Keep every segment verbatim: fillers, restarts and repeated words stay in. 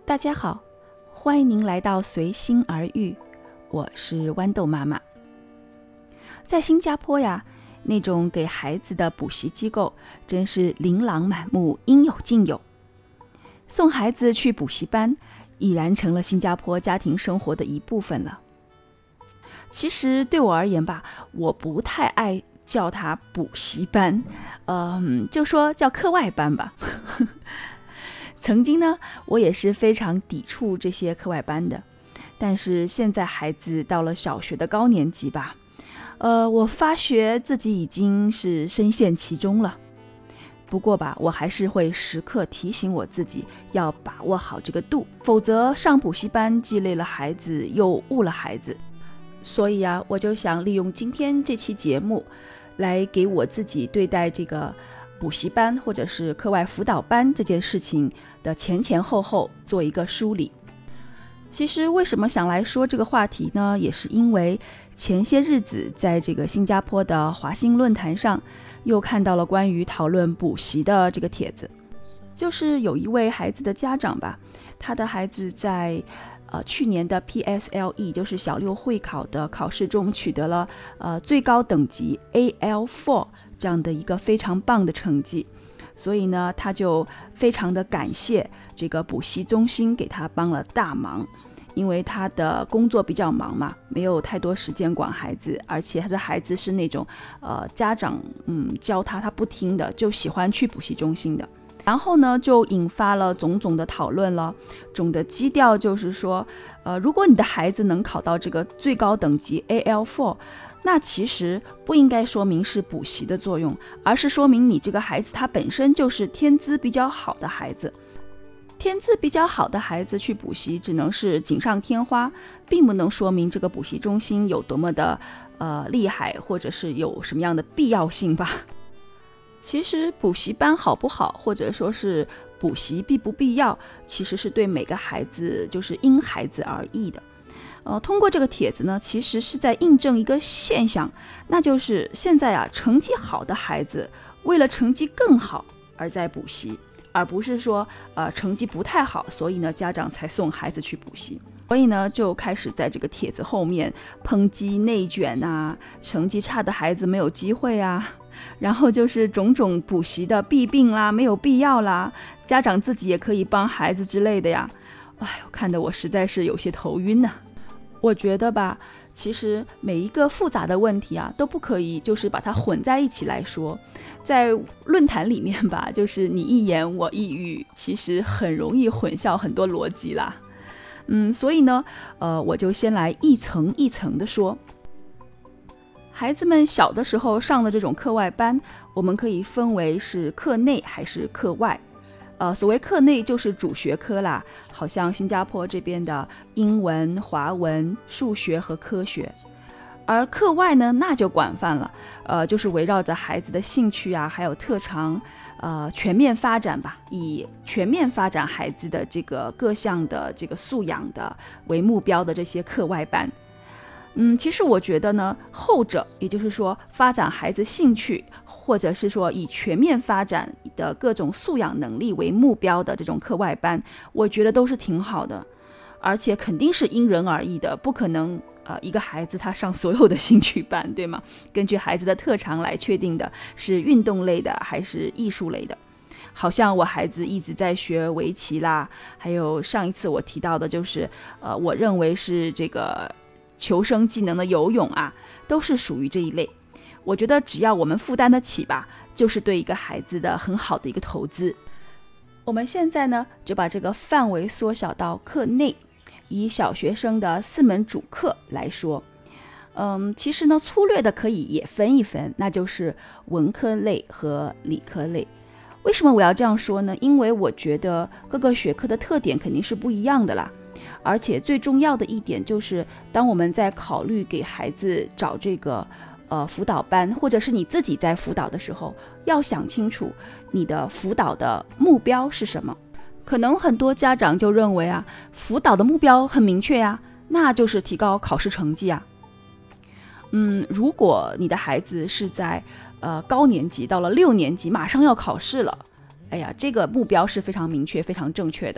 大家好，欢迎您来到随心而遇，我是豌豆妈妈。在新加坡呀，那种给孩子的补习机构真是琳琅满目，应有尽有。送孩子去补习班已然成了新加坡家庭生活的一部分了。其实对我而言吧，我不太爱叫它补习班，嗯，就说叫课外班吧。曾经呢，我也是非常抵触这些课外班的，但是现在孩子到了小学的高年级吧，呃，我发觉自己已经是深陷其中了。不过吧，我还是会时刻提醒我自己要把握好这个度，否则上补习班既累了孩子，又误了孩子。所以啊，我就想利用今天这期节目，来给我自己对待这个补习班或者是课外辅导班这件事情的前前后后做一个梳理。其实为什么想来说这个话题呢，也是因为前些日子在这个新加坡的华兴论坛上又看到了关于讨论补习的这个帖子。就是有一位孩子的家长吧，他的孩子在呃去年的 P S L E 就是小六会考的考试中取得了呃最高等级 A L 四这样的一个非常棒的成绩，所以呢，他就非常的感谢这个补习中心给他帮了大忙，因为他的工作比较忙嘛，没有太多时间管孩子，而且他的孩子是那种呃家长嗯教他他不听的，就喜欢去补习中心的。然后呢，就引发了种种的讨论了。总的基调就是说，呃，如果你的孩子能考到这个最高等级 A L 四，那其实不应该说明是补习的作用，而是说明你这个孩子他本身就是天资比较好的孩子。天资比较好的孩子去补习只能是锦上添花，并不能说明这个补习中心有多么的呃厉害，或者是有什么样的必要性吧。其实补习班好不好，或者说是补习必不必要，其实是对每个孩子就是因孩子而异的。呃，通过这个帖子呢，其实是在印证一个现象，那就是现在啊，成绩好的孩子为了成绩更好而在补习，而不是说呃成绩不太好，所以呢家长才送孩子去补习。所以呢，就开始在这个帖子后面抨击内卷啊，成绩差的孩子没有机会啊，然后就是种种补习的弊病啦，没有必要啦，家长自己也可以帮孩子之类的呀。哎，我看得我实在是有些头晕啊。我觉得吧，其实每一个复杂的问题啊，都不可以就是把它混在一起来说。在论坛里面吧，就是你一言我一语，其实很容易混淆很多逻辑啦。嗯，所以呢，呃，我就先来一层一层的说。孩子们小的时候上的这种课外班，我们可以分为是课内还是课外。呃，所谓课内就是主学科啦，好像新加坡这边的英文、华文、数学和科学。而课外呢，那就广泛了，呃，就是围绕着孩子的兴趣啊，还有特长，呃，全面发展吧，以全面发展孩子的这个各项的这个素养的为目标的这些课外班。嗯，其实我觉得呢，后者，也就是说发展孩子兴趣，或者是说以全面发展的各种素养能力为目标的这种课外班，我觉得都是挺好的，而且肯定是因人而异的，不可能呃一个孩子他上所有的兴趣班，对吗？根据孩子的特长来确定的是运动类的还是艺术类的。好像我孩子一直在学围棋啦，还有上一次我提到的就是呃我认为是这个求生技能的游泳啊，都是属于这一类。我觉得只要我们负担得起吧，就是对一个孩子的很好的一个投资。我们现在呢，就把这个范围缩小到课内，以小学生的四门主课来说。嗯，其实呢，粗略的可以也分一分，那就是文科类和理科类。为什么我要这样说呢？因为我觉得各个学科的特点肯定是不一样的啦。而且最重要的一点就是，当我们在考虑给孩子找这个呃辅导班，或者是你自己在辅导的时候，要想清楚你的辅导的目标是什么。可能很多家长就认为啊，辅导的目标很明确呀，那就是提高考试成绩啊。嗯，如果你的孩子是在呃高年级，到了六年级马上要考试了，哎呀，这个目标是非常明确非常正确的。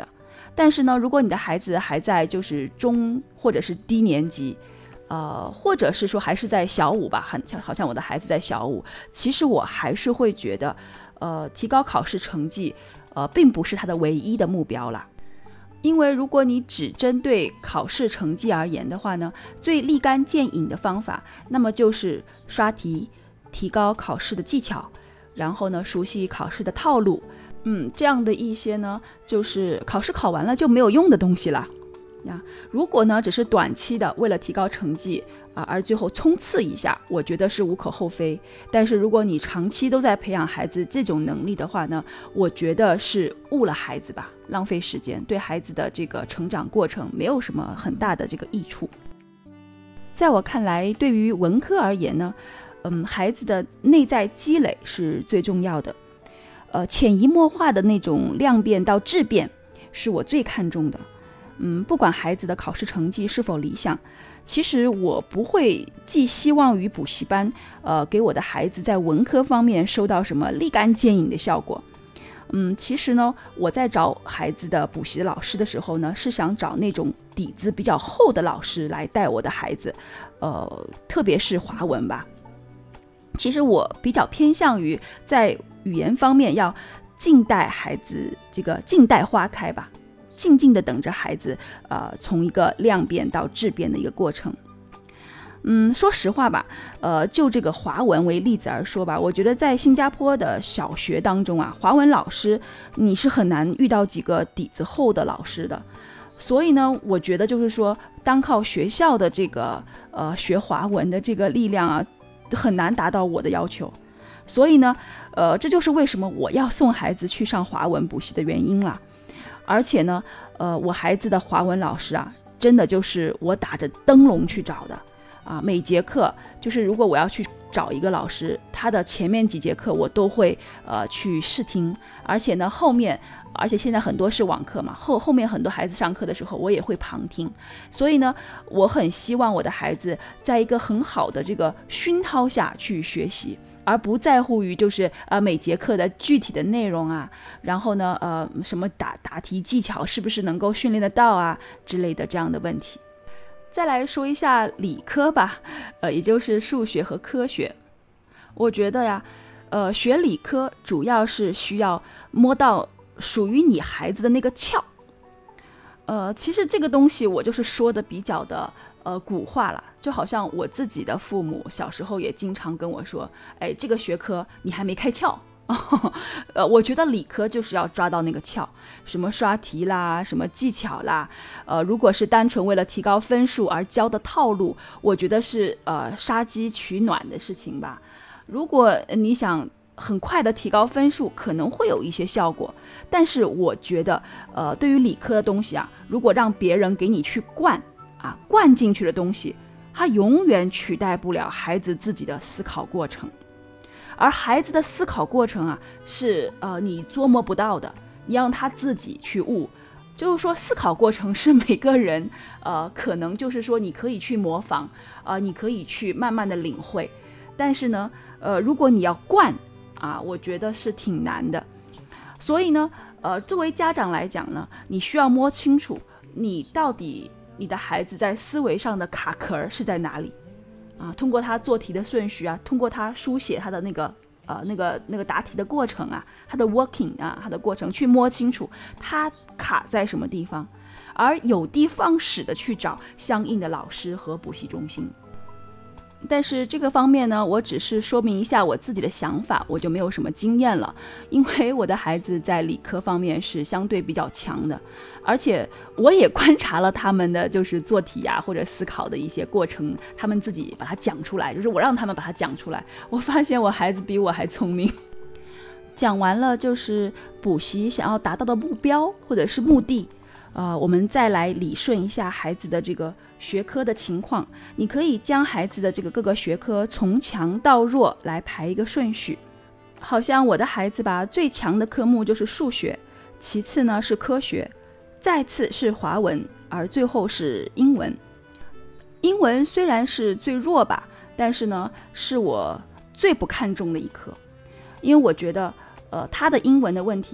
但是呢，如果你的孩子还在就是中或者是低年级，呃，或者是说还是在小五吧，很好像我的孩子在小五，其实我还是会觉得，呃，提高考试成绩，呃，并不是他的唯一的目标啦。因为如果你只针对考试成绩而言的话呢，最立竿见影的方法，那么就是刷题，提高考试的技巧，然后呢，熟悉考试的套路，嗯，这样的一些呢，就是考试考完了就没有用的东西了。呀，如果呢只是短期的为了提高成绩啊、呃，而最后冲刺一下，我觉得是无可厚非。但是如果你长期都在培养孩子这种能力的话呢，我觉得是误了孩子吧，浪费时间，对孩子的这个成长过程没有什么很大的这个益处。在我看来，对于文科而言呢，嗯，孩子的内在积累是最重要的，呃，潜移默化的那种量变到质变是我最看重的。嗯，不管孩子的考试成绩是否理想，其实我不会寄希望于补习班，呃，给我的孩子在文科方面收到什么立竿见影的效果。嗯，其实呢，我在找孩子的补习的老师的时候呢，是想找那种底子比较厚的老师来带我的孩子，呃，特别是华文吧。其实我比较偏向于在语言方面要静待孩子这个静待花开吧。静静的等着孩子，呃，从一个量变到质变的一个过程。嗯，说实话吧，呃，就这个华文为例子而说吧，我觉得在新加坡的小学当中啊，华文老师你是很难遇到几个底子厚的老师的。所以呢，我觉得就是说，单靠学校的这个呃学华文的这个力量啊，很难达到我的要求。所以呢，呃，这就是为什么我要送孩子去上华文补习的原因啦。而且呢，呃，我孩子的华文老师啊，真的就是我打着灯笼去找的啊。每节课就是如果我要去找一个老师，他的前面几节课我都会呃去试听，而且呢后面，而且现在很多是网课嘛，后后面很多孩子上课的时候我也会旁听。所以呢，我很希望我的孩子在一个很好的这个熏陶下去学习。而不在乎于就是呃每节课的具体的内容啊，然后呢呃什么答答题技巧是不是能够训练得到啊之类的这样的问题。再来说一下理科吧，呃也就是数学和科学。我觉得呀，呃学理科主要是需要摸到属于你孩子的那个窍。呃其实这个东西我就是说的比较的呃，古话了，就好像我自己的父母小时候也经常跟我说，哎，这个学科你还没开窍。呃，我觉得理科就是要抓到那个窍，什么刷题啦，什么技巧啦，呃，如果是单纯为了提高分数而教的套路，我觉得是呃杀鸡取暖的事情吧。如果你想很快的提高分数，可能会有一些效果，但是我觉得，呃，对于理科的东西啊，如果让别人给你去灌。啊，灌进去的东西，它永远取代不了孩子自己的思考过程，而孩子的思考过程啊，是呃你琢磨不到的，你让他自己去悟。就是说，思考过程是每个人呃可能就是说你可以去模仿，呃你可以去慢慢的领会，但是呢，呃如果你要灌啊，我觉得是挺难的。所以呢，呃作为家长来讲呢，你需要摸清楚你到底。你的孩子在思维上的卡壳是在哪里啊？通过他做题的顺序啊，通过他书写他的那个呃那个那个答题的过程啊，他的 working 啊，他的过程去摸清楚他卡在什么地方，而有的放矢的去找相应的老师和补习中心。但是这个方面呢，我只是说明一下我自己的想法，我就没有什么经验了。因为我的孩子在理科方面是相对比较强的，而且我也观察了他们的就是做题啊或者思考的一些过程，他们自己把它讲出来，就是我让他们把它讲出来，我发现我孩子比我还聪明。讲完了就是补习想要达到的目标或者是目的。呃，我们再来理顺一下孩子的这个学科的情况。你可以将孩子的这个各个学科从强到弱来排一个顺序。好像我的孩子吧，最强的科目就是数学，其次呢是科学，再次是华文，而最后是英文。英文虽然是最弱吧，但是呢是我最不看重的一科，因为我觉得呃他的英文的问题啊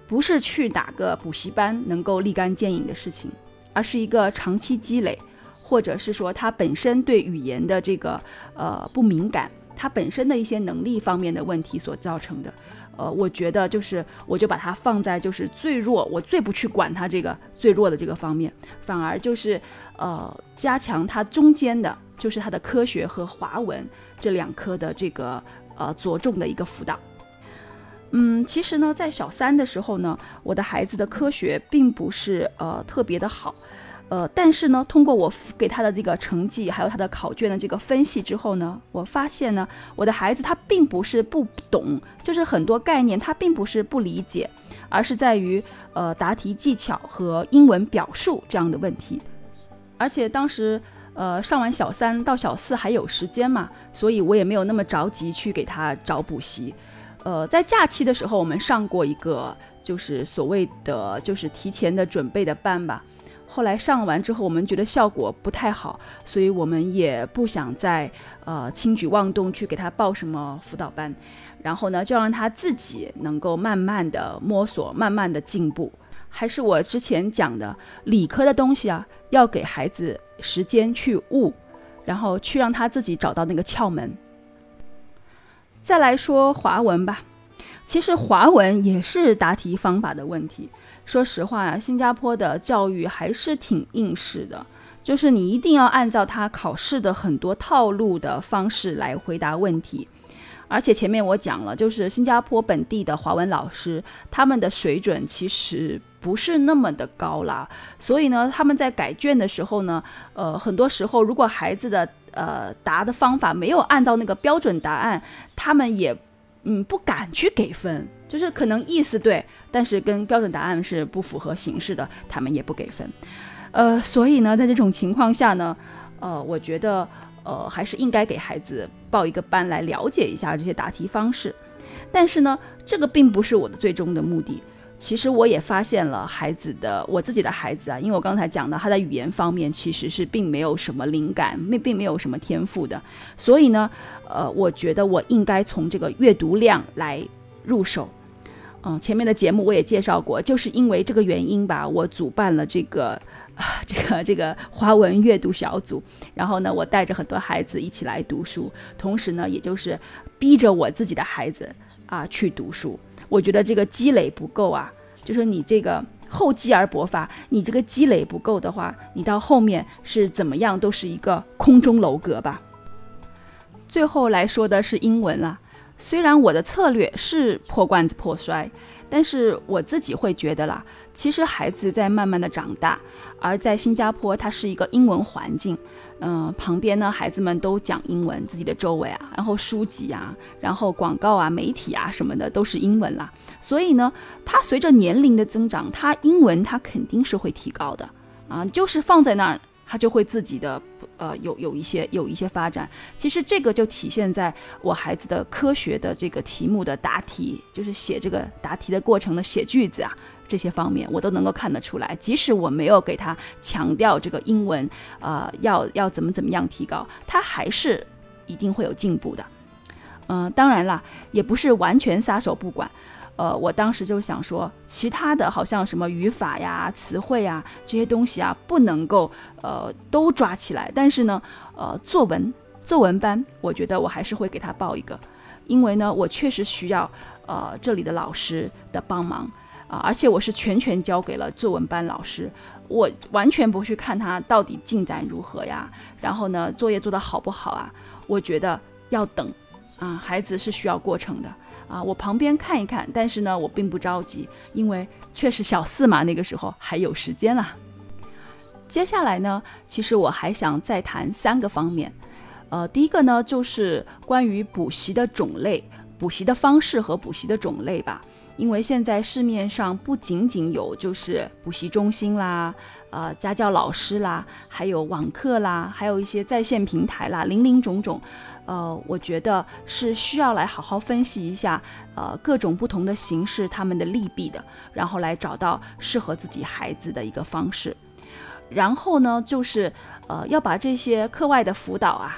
不是去打个补习班能够立竿见影的事情，而是一个长期积累，或者是说他本身对语言的这个呃不敏感，他本身的一些能力方面的问题所造成的。呃，我觉得就是我就把它放在就是最弱，我最不去管它这个最弱的这个方面，反而就是呃加强它中间的，就是它的科学和华文这两科的这个呃着重的一个辅导。嗯，其实呢，在小三的时候呢，我的孩子的科学并不是呃特别的好。呃，但是呢，通过我给他的这个成绩，还有他的考卷的这个分析之后呢，我发现呢，我的孩子他并不是不懂，就是很多概念他并不是不理解，而是在于呃答题技巧和英文表述这样的问题。而且当时呃上完小三到小四还有时间嘛，所以我也没有那么着急去给他找补习。呃，在假期的时候，我们上过一个就是所谓的就是提前的准备的班吧。后来上完之后，我们觉得效果不太好，所以我们也不想再呃轻举妄动去给他报什么辅导班，然后呢，就让他自己能够慢慢的摸索，慢慢的进步。还是我之前讲的，理科的东西啊，要给孩子时间去悟，然后去让他自己找到那个窍门。再来说华文吧，其实华文也是答题方法的问题。说实话啊，新加坡的教育还是挺应试的，就是你一定要按照他考试的很多套路的方式来回答问题。而且前面我讲了，就是新加坡本地的华文老师，他们的水准其实不是那么的高啦，所以呢，他们在改卷的时候呢，呃，很多时候如果孩子的呃答的方法没有按照那个标准答案，他们也嗯不敢去给分，就是可能意思对，但是跟标准答案是不符合形式的，他们也不给分。呃，所以呢，在这种情况下呢，呃，我觉得呃还是应该给孩子报一个班来了解一下这些答题方式。但是呢，这个并不是我的最终的目的。其实我也发现了孩子的我自己的孩子啊，因为我刚才讲到他在语言方面其实是并没有什么灵感，并没有什么天赋的，所以呢，呃，我觉得我应该从这个阅读量来入手。嗯，前面的节目我也介绍过，就是因为这个原因吧，我主办了这个啊，这个这个华文阅读小组，然后呢，我带着很多孩子一起来读书，同时呢，也就是逼着我自己的孩子啊去读书。我觉得这个积累不够啊，就是你这个厚积而薄发，你这个积累不够的话，你到后面是怎么样都是一个空中楼阁吧。最后来说的是英文啦，虽然我的策略是破罐子破摔，但是我自己会觉得啦，其实孩子在慢慢的长大，而在新加坡它是一个英文环境，嗯、呃，旁边呢孩子们都讲英文，自己的周围啊，然后书籍啊，然后广告啊、媒体啊什么的都是英文啦，所以呢，它随着年龄的增长，它英文它肯定是会提高的啊，就是放在那儿，它就会自己的呃有有一些有一些发展。其实这个就体现在我孩子的科学的这个题目的答题，就是写这个答题的过程的写句子啊，这些方面我都能够看得出来。即使我没有给他强调这个英文呃要要怎么怎么样提高，他还是一定会有进步的。嗯、呃，当然啦，也不是完全撒手不管。呃，我当时就想说，其他的好像什么语法呀、词汇啊这些东西啊，不能够呃都抓起来。但是呢，呃，作文作文班，我觉得我还是会给他报一个，因为呢，我确实需要呃这里的老师的帮忙啊、呃，而且我是全权交给了作文班老师，我完全不去看他到底进展如何呀，然后呢，作业做得好不好啊？我觉得要等啊，孩子是需要过程的。啊，我旁边看一看，但是呢，我并不着急，因为确实小四嘛，那个时候还有时间啦。接下来呢，其实我还想再谈三个方面。呃，第一个呢，就是关于补习的种类、补习的方式和补习的种类吧。因为现在市面上不仅仅有就是补习中心啦，呃，家教老师啦，还有网课啦，还有一些在线平台啦，林林种种。呃，我觉得是需要来好好分析一下，呃，各种不同的形式他们的利弊的，然后来找到适合自己孩子的一个方式。然后呢，就是呃，要把这些课外的辅导啊，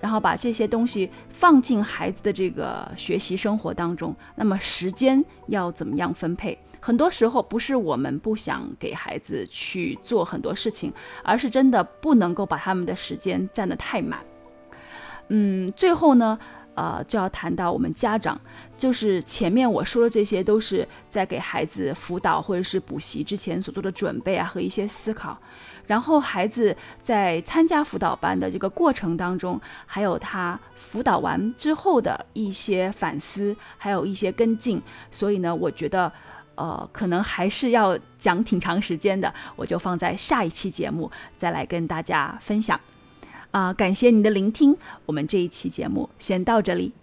然后把这些东西放进孩子的这个学习生活当中，那么时间要怎么样分配？很多时候不是我们不想给孩子去做很多事情，而是真的不能够把他们的时间占得太满。嗯，最后呢，呃，就要谈到我们家长，就是前面我说的这些都是在给孩子辅导或者是补习之前所做的准备啊和一些思考，然后孩子在参加辅导班的这个过程当中，还有他辅导完之后的一些反思，还有一些跟进，所以呢，我觉得呃，可能还是要讲挺长时间的，我就放在下一期节目再来跟大家分享。啊、呃，感谢您的聆听，我们这一期节目先到这里。